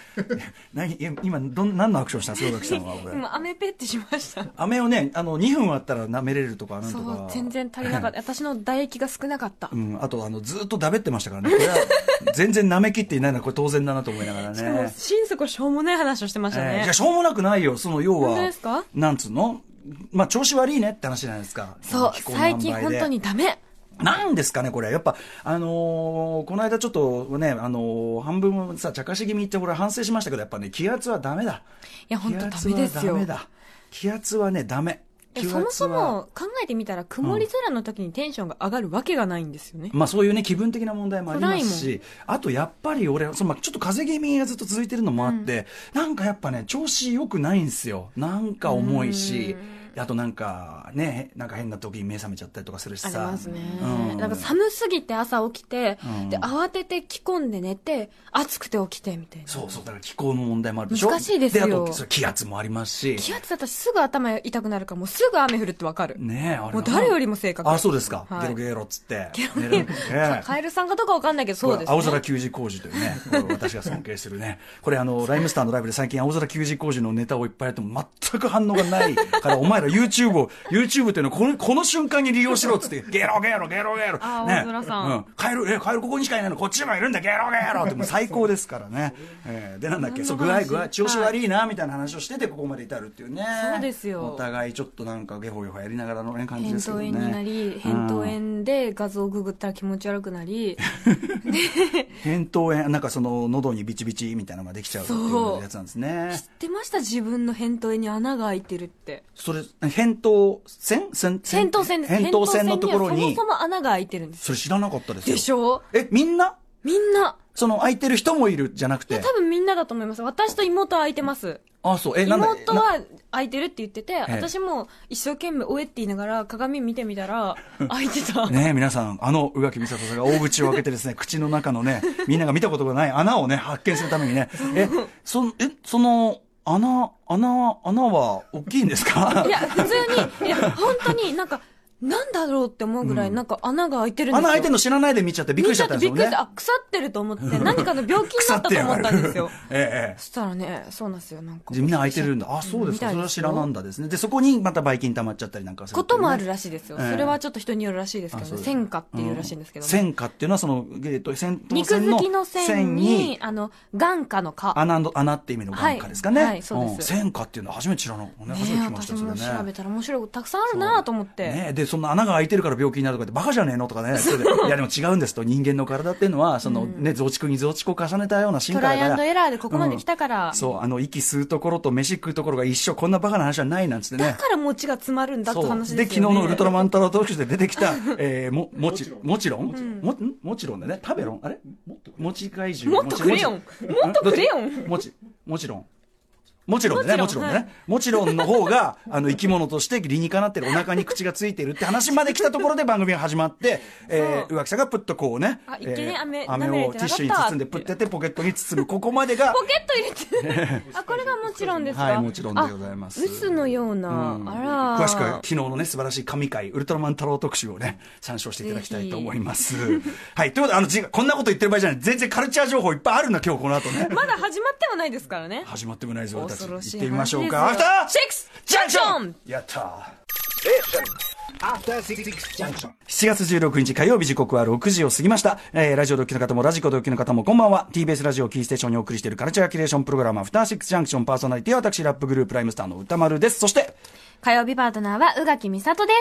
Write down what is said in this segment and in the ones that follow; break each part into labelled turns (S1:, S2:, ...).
S1: 今何のアクションしたんですか、宇垣さんは。
S2: 今飴ペってしました。
S1: 飴をね、2分あったら舐めれるとかなんとか。
S2: そう、全然足りなかった。私の唾液が少なかった。
S1: あとずっとだべってましたからね。これは全然舐めきっていないのはこれ当然だなと思いながらね。
S2: しかも心底しょうもない話をしてましたね。
S1: いやしょうもなくないよ。要は
S2: 本当ですか？
S1: なんつうの、まあ調子悪いねって話じゃないですか。
S2: そう、最近本当にダメ。
S1: なんですかね、これ。やっぱ、この間ちょっとね、半分さ、茶化し気味ってこれ反省しましたけど、やっぱね、気圧はダメだ。
S2: いや、本当ダメですよ。
S1: 気圧はね、ダメ。
S2: そもそも考えてみたら曇り空の時にテンションが上がるわけがないんですよね。
S1: まあそういうね、気分的な問題もありますし、あとやっぱり俺、ちょっと風邪気味がずっと続いてるのもあって、なんかやっぱね、調子良くないんですよ。なんか重いし。あとなんかね、なんか変な時に目覚めちゃったりとかするしさ。
S2: ありますね。なんか寒すぎて朝起きて、で、慌てて着込んで寝て、暑くて起きてみたいな。
S1: そう、だから気候の問題もあるでしょ。
S2: 難しいですよ。
S1: で、あと気圧もありますし。
S2: 気圧だとすぐ頭痛くなるから、もうすぐ雨降るってわかる。
S1: ねえ、あれ。
S2: もう誰よりも正確。
S1: あ、そうですか。ゲロゲロっつって。
S2: ゲロゲロ。カエルさんかどうかわかんないけど、そうですね。
S1: 青空球児工事というね、私が尊敬するね。これライムスターのライブで最近青空球児工事のネタをいっぱいやっても全く反応がないから、お前ら YouTube っていうのはこの瞬間に利用しろっつって、ゲロゲロゲロゲロ。
S2: あ、大空さん。
S1: カエルここにしかいないの、こっちにもいるんだ、ゲロゲロってもう最高ですからね。で、なんだっけ、そう、具合、調子悪いな、みたいな話をしてて、ここまで至るっていうね。
S2: そうですよ。
S1: お互いちょっとなんかゲホゲホやりながらの感じですけどね。
S2: 扁桃炎になり、扁桃炎で画像をググったら気持ち悪くなり。
S1: 扁桃炎、なんか喉にビチビチみたいなのができちゃうっていうやつなんですね。
S2: 知ってました？自分の扁桃炎に穴が開いてるって。
S1: それ、扁桃腺
S2: 扁桃腺です。
S1: 扁桃腺のところに。
S2: そもそも穴が開いてるんです。
S1: それ知らなかったですよ。
S2: でしょ？
S1: みんな開いてる人もいるじゃなくて。
S2: 多分みんなだと思います。私と妹は開いてます。
S1: あ、そう。
S2: 妹は開いてるって言ってて、私も一生懸命おえって言いながら鏡見てみたら開いてた。ね、
S1: 皆さん、宇垣美里さんが大口を開けてですね、口の中のね、みんなが見たことがない穴をね、発見するためにね、その穴は大きいんですか？
S2: いや、普通に、本当になんか、なんだろうって思うぐらい、なんか穴が開いてるんですよ。
S1: 穴開いてるの知らないで見ちゃってびっくりしちゃったんですよね。
S2: びっくりして、腐ってると思って、何かの病気になったと思ったんですよ。そしたらね、そうなんですよ、なんか。
S1: みんな開いてるんだ。あ、そうですか。それは知らなんだですね。で、そこにまたばい菌溜まっちゃったりなんかする。
S2: こともあるらしいですよ。それはちょっと人によるらしいですけどね。腺化っていうらしいんですけど。
S1: 腺化っていうのは
S2: 肉付きの腺に、眼下の科。
S1: 穴って意味の眼下ですかね。
S2: はい、そうです。
S1: 腺化っていうのは初めて知らなかったね。初めて聞きました。
S2: 私も調べたら面白いことたくさんあるなと思って。
S1: ね、で、そんな穴が開いてるから病気になるとかってバカじゃねえのとかね。いやでも違うんですと、人間の体っていうのは増築に増築を重ねたような進化だから。
S2: トライアンドエラーでここまで来たから。
S1: そう、息吸うところと飯食うところが一緒、こんなバカな話はないなんつってね。
S2: だから餅が詰まるんだって話ですよね。
S1: で、昨日のウルトラマン太郎特集で出てきた、もちろんだね。食べろんあれもち怪獣。
S2: もっとくれよん。もっとくれよん。
S1: もちろんね。もちろんの方が、生き物として理にかなってる、お腹に口がついてるって話まで来たところで番組が始まって、宇垣さんがプッとこうね、飴をティッシュに包んでプッてやってポケットに包む、ここまでが。
S2: ポケット入れてこれがもちろんですか？
S1: はい、もちろんでございます。
S2: 臼のような、あ
S1: ら。詳しくは昨日のね、素晴らしい神回、ウルトラマン太郎特集をね、参照していただきたいと思います。はい、ということで、こんなこと言ってる場合じゃない。全然カルチャー情報いっぱいあるんだ、今日この後ね。
S2: まだ始まってもないですからね。
S1: 始まってもないぞ、俺たち。
S2: 行
S1: ってみましょうか。アフター
S2: シックスジャンクション。
S1: やったー。7月16日火曜日、時刻は6時を過ぎました。ラジオでお聞きの方もラジコでお聞きの方もこんばんは。 TBS ラジオキーステーションにお送りしているカルチャーキュレーションプログラム、アフターシックスジャンクション、パーソナリティは私ラップグループライムスターの歌丸です。そして
S2: 火曜日パートナーは宇垣美里です。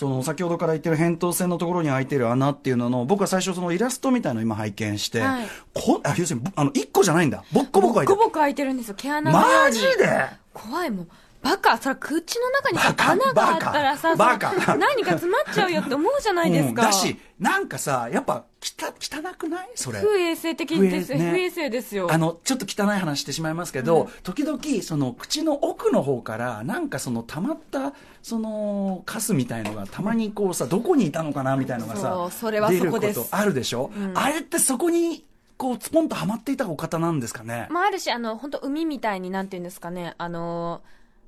S1: 先ほどから言ってる扁桃腺のところに開いてる穴っていうのの、僕は最初イラストみたいのを今拝見して、要するに1個じゃないんだ。ボッコボコ開いてる。
S2: ボッコボコ開いてるんですよ。毛穴のように。
S1: マジで
S2: 怖いもん。バカ、それ口の中に穴があったらさ、何か詰まっちゃうよって思うじゃないですか。
S1: だし、なんかさ、やっぱ汚くないそれ。
S2: 不衛生的です。不衛生ですよ。
S1: ちょっと汚い話してしまいますけど、時々口の奥の方からなんか溜まったカスみたいのがたまにこうさ、どこにいたのかなみたいのがさ、
S2: それはそこです。
S1: 出ることあるでしょ。あれってそこにこうスポンとはまっていたお方なんですかね。
S2: あるし、本当海みたいになんていうんですかね、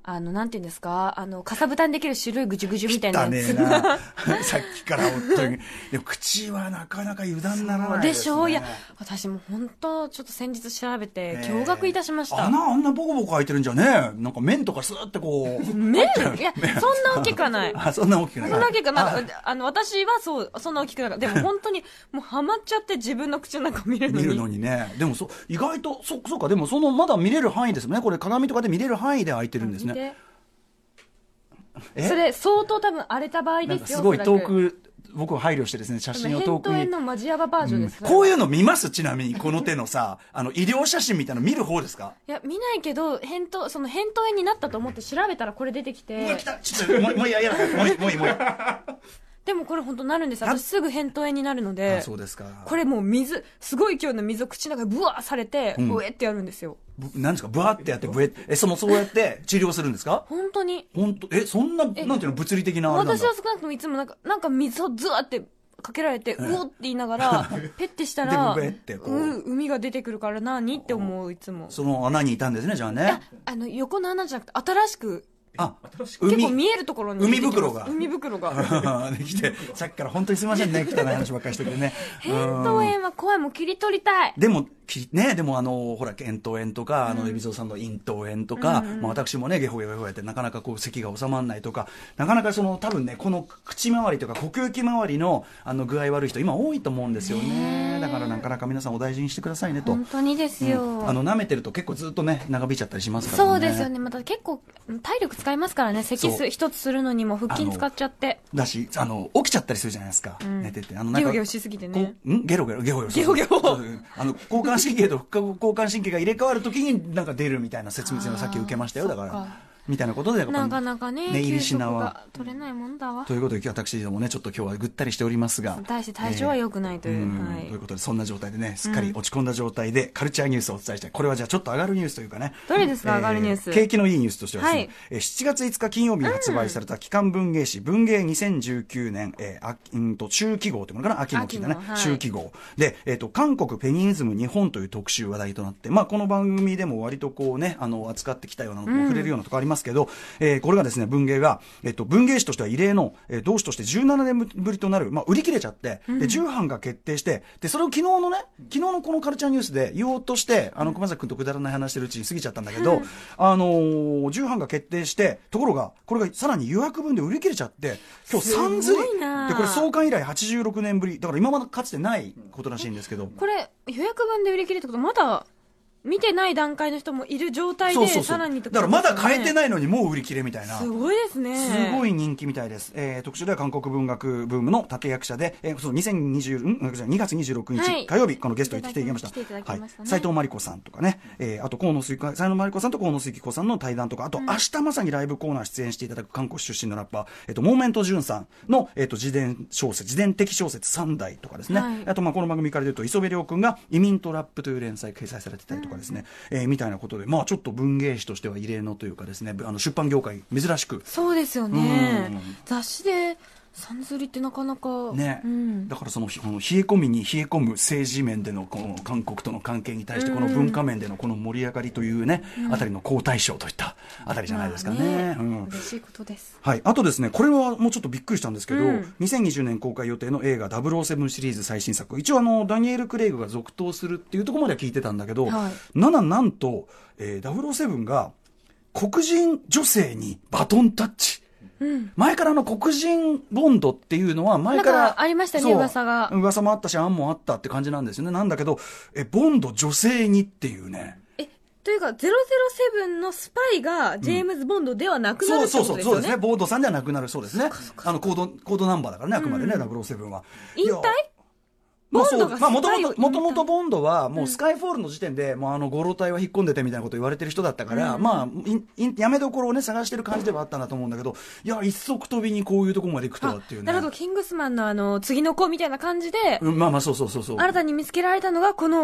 S2: なんていうんですか、かさぶたにできる白いぐじゅぐじゅみたいなやつ。
S1: 汚ねえな。さっきから本当に。でも口はなかなか油断ならないですね。
S2: でしょう。いや、私も本当、ちょっと先日調べて、驚愕いたしました。
S1: あんなボコボコ開いてるんじゃねなんか麺とかスーってこう。
S2: 麺いや、そんな大きくはない。
S1: そんな大きくない。
S2: そんな大きくはない。私はそんな大きくない。でも本当に、もうハマっちゃって自分の口の中を見るのに。
S1: 見るのにね。でも意外と、そうか、でもまだ見れる範囲ですもんね。これ鏡とかで見れる範囲で開いてるんですね。
S2: それ相当多分荒れた場合ですよ。
S1: すごい遠く僕は配慮してですね、写真を遠くに。
S2: 扁桃炎のマジヤババージョンです、
S1: こういうの見ます？ちなみにこの手のさ、医療写真みたいなの見る方ですか？
S2: いや見ないけど、その扁桃炎になったと思って調べたらこれ出てきて。
S1: うわ来た。ちょっともういやもういい。
S2: でもこれ本当なるんです。私すぐ扁桃炎になるので。
S1: そうですか。
S2: これもうすごい勢いの水を口の中でブワーされて、ブエってやるんですよ。
S1: 何ですか？ブワーってやってブエそうやって治療するんですか？
S2: 本当に。
S1: そんななんていうの物理的なあれなんだ。
S2: 私は少なくともいつもなんか水をズワーってかけられて、うおって言いながらペッてしたら海が出てくるから何って思う。いつも
S1: その穴にいたんですね。じゃあね。
S2: 横の穴じゃなくて新しく結構見えるところに
S1: 海袋が
S2: で
S1: きて、さっきから本当にすみませんね、汚い話ばっかりしててね。
S2: 扁桃炎は怖い。もう切り取りたい。
S1: でもほら扁桃炎とか海老蔵さんの咽頭炎とか、私もねゲホゲホやってなかなかこう咳が収まらないとか、なかなか多分ねこの口周りとか呼吸器周りの具合悪い人今多いと思うんですよね。だからなかなか皆さんお大事にしてくださいねと。
S2: 本当にですよ。
S1: 舐めてると結構ずっとね長引いちゃったりしますからね。
S2: そうですよね。また結構体力使いますからね。咳一つするのにも腹筋使っちゃって
S1: だし、起きちゃったりするじゃないですか、寝てて
S2: ゲホゲホしすぎてね。
S1: ゲホゲホ交感神経と副交感神経が入れ替わるときになんか出るみたいな説明をさっき受けましたよ。だからみたいなことで
S2: なかなかね
S1: 寝入りしなは
S2: 取れないもんだわ。
S1: ということで私どもねちょっと今日はぐったりしておりますが、
S2: 対して体調は良くないという、
S1: ということでそんな状態でねすっかり落ち込んだ状態でカルチャーニュースをお伝えしたい。これはじゃあちょっと上がるニュースというかね。
S2: どれですか？上がるニュース。
S1: 景気のいいニュースとしてはですね、7月5日金曜日に発売された期間文芸誌文芸2019年、秋季号というのかな、秋の期だね、秋季号で、韓国フェミニズム日本という特集話題となって、この番組でも割とこうね扱ってきたような触れるようなところありますけど、これがですね文芸が、文芸誌としては異例の、同誌として17年ぶりとなる、売り切れちゃって、で10版が決定して、でそれを昨日のこのカルチャーニュースで言おうとして熊崎君とくだらない話してるうちに過ぎちゃったんだけど、10版が決定して、ところがこれがさらに予約分で売り切れちゃって、今日3釣りで、これ創刊以来86年ぶりだから今までかつてないことらしいんですけど、
S2: これ予約分で売り切れってことまだ見てない段階の人もいる状態で、さらに
S1: だからまだ変えてないのにもう売り切れみたいな。
S2: すごいですね。
S1: すごい人気みたいです。特集では韓国文学ブームの立役者で、2月26日火曜日このゲストに来ていただきました。斉藤真理子さんとかね、あと斉藤真理子さんと河野杉子さんの対談とか、あと明日まさにライブコーナー出演していただく韓国出身のラッパー、モーメントジュンさんの、自伝的小説3代とかですね。あとこの番組から言うと磯部亮君が移民とラップという連載掲載されてたりとかですね、みたいなことで、ちょっと文芸誌としては異例のというかですね、出版業界珍しく。
S2: そうですよね。雑誌で三釣りってなかなか
S1: ね、だから冷え込みに冷え込む政治面でのこの韓国との関係に対して、この文化面でのこの盛り上がりというね、あたりの好対象といったあたりじゃないですかね。
S2: 嬉しいことです。
S1: はい。あとですね、これはもうちょっとびっくりしたんですけど、2020年公開予定の映画007シリーズ最新作、一応ダニエル・クレイグが続投するっていうところまでは聞いてたんだけど、なんと、007が黒人女性にバトンタッチ。前から黒人ボンドっていうのは前から
S2: ありましたね、
S1: 噂もあったし案もあったって感じなんですよね。なんだけどボンド女性にっていうね。
S2: というか007のスパイがジェームズ・ボンドではなくなるってことですよね。
S1: そうですね。ボンドさんではなくなるそうですね。コードナンバーだからね、あくまでね、007は。
S2: 引退
S1: もともとボンドはもうスカイフォールの時点でもうゴロ隊は引っ込んでてみたいなこと言われてる人だったから、やめどころをね探してる感じではあったんだと思うんだけど、いや一足飛びにこういうところまで行くとはっていうね。
S2: なるほど。キングスマンの次の子みたいな感じで、
S1: そう
S2: 新たに見つけられたのがこの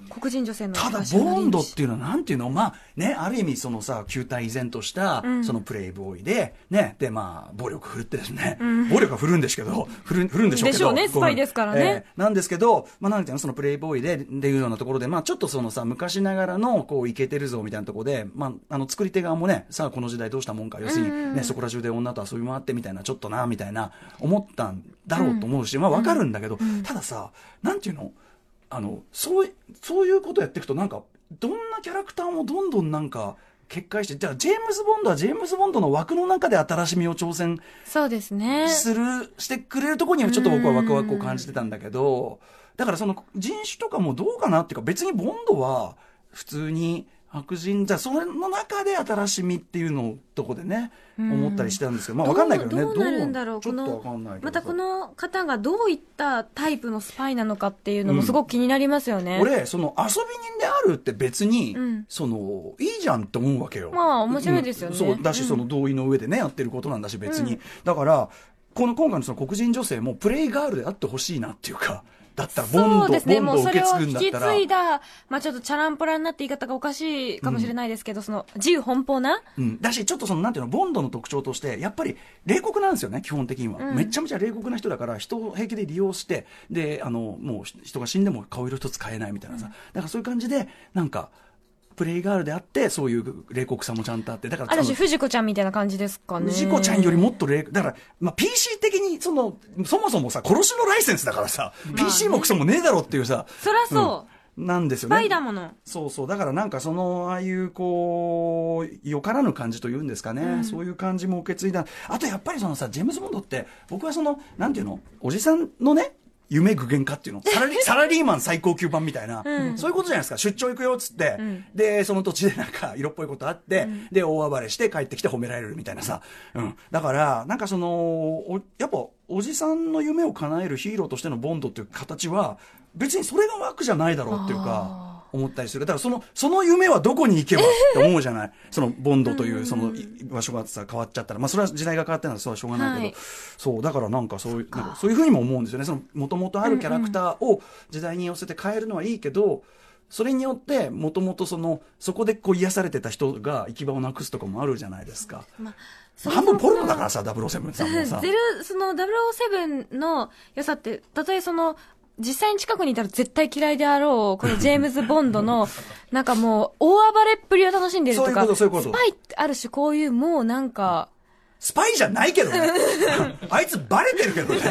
S2: 黒人女性の
S1: ただボンドっていうのはなんていうの、まあね、ある意味そのさ、球体依然とした、そのプレイボーイで、ね、でまあ暴力振るってですね、暴力は振るんですけど、振るんでしょうけど。
S2: でしょうね、スパイですからね。
S1: なんですけど、まあなんていうの、そのプレイボーイで、っていうようなところで、まあちょっとそのさ、昔ながらの、こう、イケてるぞみたいなところで、まあ作り手側もね、さあこの時代どうしたもんか、要するにね、そこら中で女と遊び回ってみたいな、ちょっとな、みたいな、思ったんだろうと思うし、まあわかるんだけど、たださ、なんていうの、そういうことやっていくと、なんか、どんなキャラクターもどんどんなんか、決壊して、じゃあ、ジェームズ・ボンドはジェームズ・ボンドの枠の中で新しみを挑戦
S2: そうですね。
S1: してくれるところにはちょっと僕はワクワクを感じてたんだけど、だからその人種とかもどうかなっていうか、別にボンドは普通に白人じゃ、それの中で新しみっていうのとこでね、思ったりしてたんですけど、まあわかんないけどね。
S2: どうなるんだろう。
S1: ちょっとわかんないけど。
S2: またこの方がどういったタイプのスパイなのかっていうのもすごく気になりますよね。
S1: 俺、その遊び人であるって別に、その、いいじゃんって思うわけよ。
S2: まあ面白いですよね。
S1: そう、だし、その同意の上でね、やってることなんだし、別に。だから、今回のその黒人女性もプレイガールであってほしいなっていうか、だったらボンドを受け継ぐんだったら、
S2: もうそれを引き継いだ、まあちょっとチャランポラになって言い方がおかしいかもしれないですけど、その自由奔放な、
S1: だし、ちょっとそのなんていうの、ボンドの特徴としてやっぱり冷酷なんですよね、基本的には。めちゃめちゃ冷酷な人だから、人を平気で利用して、でもう人が死んでも顔色一つ変えないみたいなさ、だからそういう感じでなんかプレイガールであって、そういう冷酷さもちゃんとあって、だから
S2: ある種藤子ちゃんみたいな感じですかね。
S1: 藤子ちゃんよりもっとだから、まあ、PC 的にそもそもさ、殺しのライセンスだからさ、PC もクソもねえだろっていうさ、
S2: そりゃそう、
S1: なんですよね。
S2: スパイだもの。
S1: そうそう。だからなんかああいうこう、よからぬ感じというんですかね。そういう感じも受け継いだ。あとやっぱりジェームズ・ボンドって、僕はなんていうの、おじさんのね、夢具現化っていうのサラリーマン最高級版みたいな、そういうことじゃないですか。出張行くよっつって、でその土地でなんか色っぽいことあって、で大暴れして帰ってきて褒められるみたいなさ、だからなんかやっぱおじさんの夢を叶えるヒーローとしてのボンドっていう形は別にそれが枠じゃないだろうっていうか思ったりする。だからその夢はどこに行けばって思うじゃない。そのボンドというその場所がさ変わっちゃったら、まあそれは時代が変わってるのはそれはしょうがないけど、そうだからなんかそういう風にも思うんですよね。その元々あるキャラクターを時代に寄せて変えるのはいいけど、それによって元々そこでこう癒されてた人が行き場をなくすとかもあるじゃないですか。半分ポルノだからさ、007さんもさ。
S2: その007の良さって、たとえ実際に近くにいたら絶対嫌いであろう、このジェームズ・ボンドの、なんかもう、大暴れっぷりを楽しんでるとか、
S1: そういうこと
S2: スパイってある種こういう、もうなんか、
S1: スパイじゃないけどね。あいつバレてるけどね。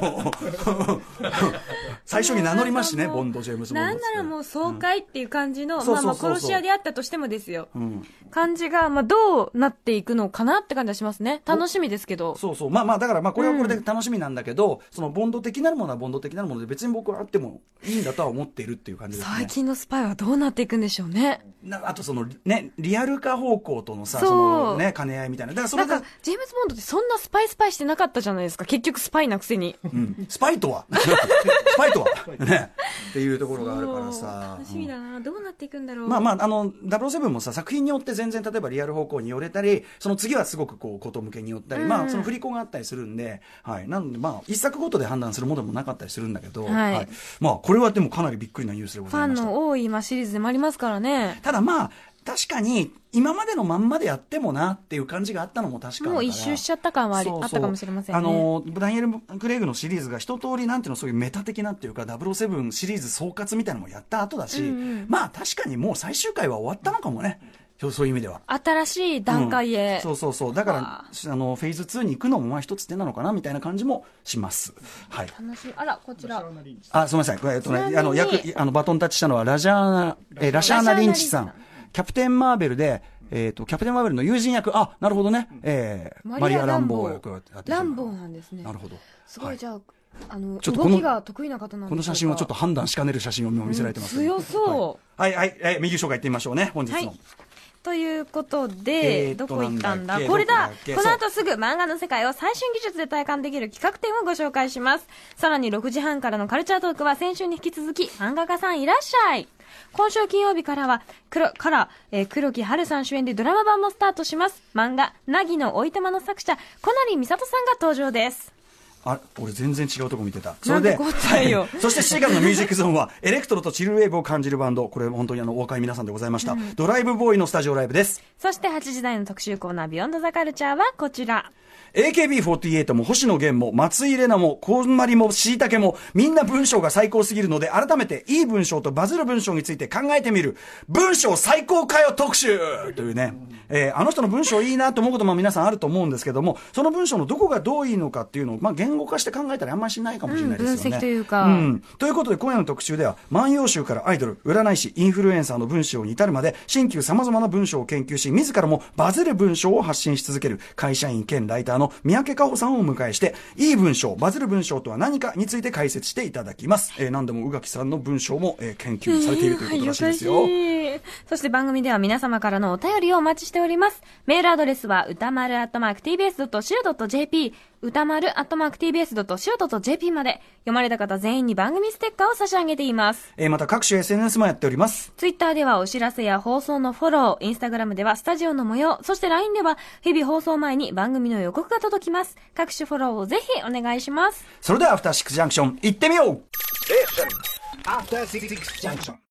S1: 最初に名乗りますしね、ボンド、ジェームズ・ボンド。
S2: なんならもう爽快っていう感じの、まあ殺し屋であったとしてもですよ。感じが、まあどうなっていくのかなって感じはしますね。楽しみですけど。
S1: そうそう。まあだからこれはこれで楽しみなんだけど、そのボンド的なるものはボンド的なるもので別に僕はあってもいいんだとは思っているっていう感じですね。
S2: 最近のスパイはどうなっていくんでしょうね。
S1: あとリアル化方向とのさ、兼ね合いみたいな。だから
S2: なんか、ジェームズ・ボンドってそんなスパイしてなかったじゃないですか。結局スパイなくせに。
S1: スパイとはね。っていうところがあるからさ。
S2: 楽しみだな。どうなっていくんだろう。
S1: まあ007もさ、作品によって全然例えばリアル方向に寄れたり、その次はすごくこう、こと向けに寄ったり、まあその振り子があったりするんで、はい。なのでまあ、一作ごとで判断するものでもなかったりするんだけど、はい。まあ、これはでもかなりびっくりなニュースでございました。
S2: ファンの多いシリーズでもありますからね。
S1: ただまあ、確かに今までのまんまでやってもなっていう感じがあったのも確かだから、
S2: もう一周しちゃった感はあったかもしれませんね。
S1: ダニエル・クレイグのシリーズが一通りなんていうの、そういうメタ的なっていうか007シリーズ総括みたいなのもやった後だし、まあ確かにもう最終回は終わったのかもね。そういう意味では
S2: 新しい段階へ、
S1: そうだからフェーズ2に行くのもまあ一つ手なのかなみたいな感じもします。はい。
S2: 楽しみ。あら、こちら、
S1: すみません、バトンタッチしたのはラシャーナ・リンチさん。キャプテンマーベルで、キャプテンマーベルの友人役、なるほどね、マリア・ランボー役をやってる。
S2: ランボーなんですね。
S1: なるほど。
S2: すごい、じゃあ、
S1: ちょっと
S2: 動きが得意な方なんですか。
S1: この写真はちょっと判断しかねる写真を見せられてます、
S2: 強そう。
S1: はい、右紹介いってみましょうね、本日の。
S2: ということで、どこ行ったんだ、これだ。この後すぐ漫画の世界を最新技術で体感できる企画展をご紹介します。さらに6時半からのカルチャートークは先週に引き続き漫画家さんいらっしゃい。今週金曜日からは黒木華さん主演でドラマ版もスタートします。漫画なぎのおいとまの作者小成美里さんが登場です。
S1: あ、俺全然違うとこ見てた。それで、そして7時からのミュージックゾーンは、エレクトロとチルウェーブを感じるバンド、これ本当にお若い皆さんでございました。ドライブボーイのスタジオライブです。
S2: そして8時台の特集コーナー、ビヨンドザカルチャーはこちら。
S1: AKB48 も星野源も松井玲奈もこんまりも椎茸もみんな文章が最高すぎるので、改めていい文章とバズる文章について考えてみる文章最高かよ特集というね、あの人の文章いいなと思うことも皆さんあると思うんですけども、その文章のどこがどういいのかっていうのを、言語化して考えたらあんまりしないかもしれないですよね。
S2: 分析というか、
S1: ということで今夜の特集では、万葉集からアイドル、占い師、インフルエンサーの文章に至るまで新旧様々な文章を研究し、自らもバズる文章を発信し続ける会社員兼ライターの三宅佳穂さんをお迎えして、いい文章、バズる文章とは何かについて解説していただきます。何でも宇垣さんの文章も、研究されているということらしいですよ。
S2: そして番組では皆様からのお便りをお待ちしております。メールアドレスは歌丸@tbs.co.jp、歌丸@tbs.co.jp まで。読まれた方全員に番組ステッカーを差し上げています。
S1: また各種 SNS もやっております。
S2: ツイッターではお知らせや放送のフォロー、インスタグラムではスタジオの模様、そして LINE では日々放送前に番組の予告が届きます。各種フォローをぜひお願いします。
S1: それではアフターシックスジャンクション行ってみよう。アフターシックスジャンクション。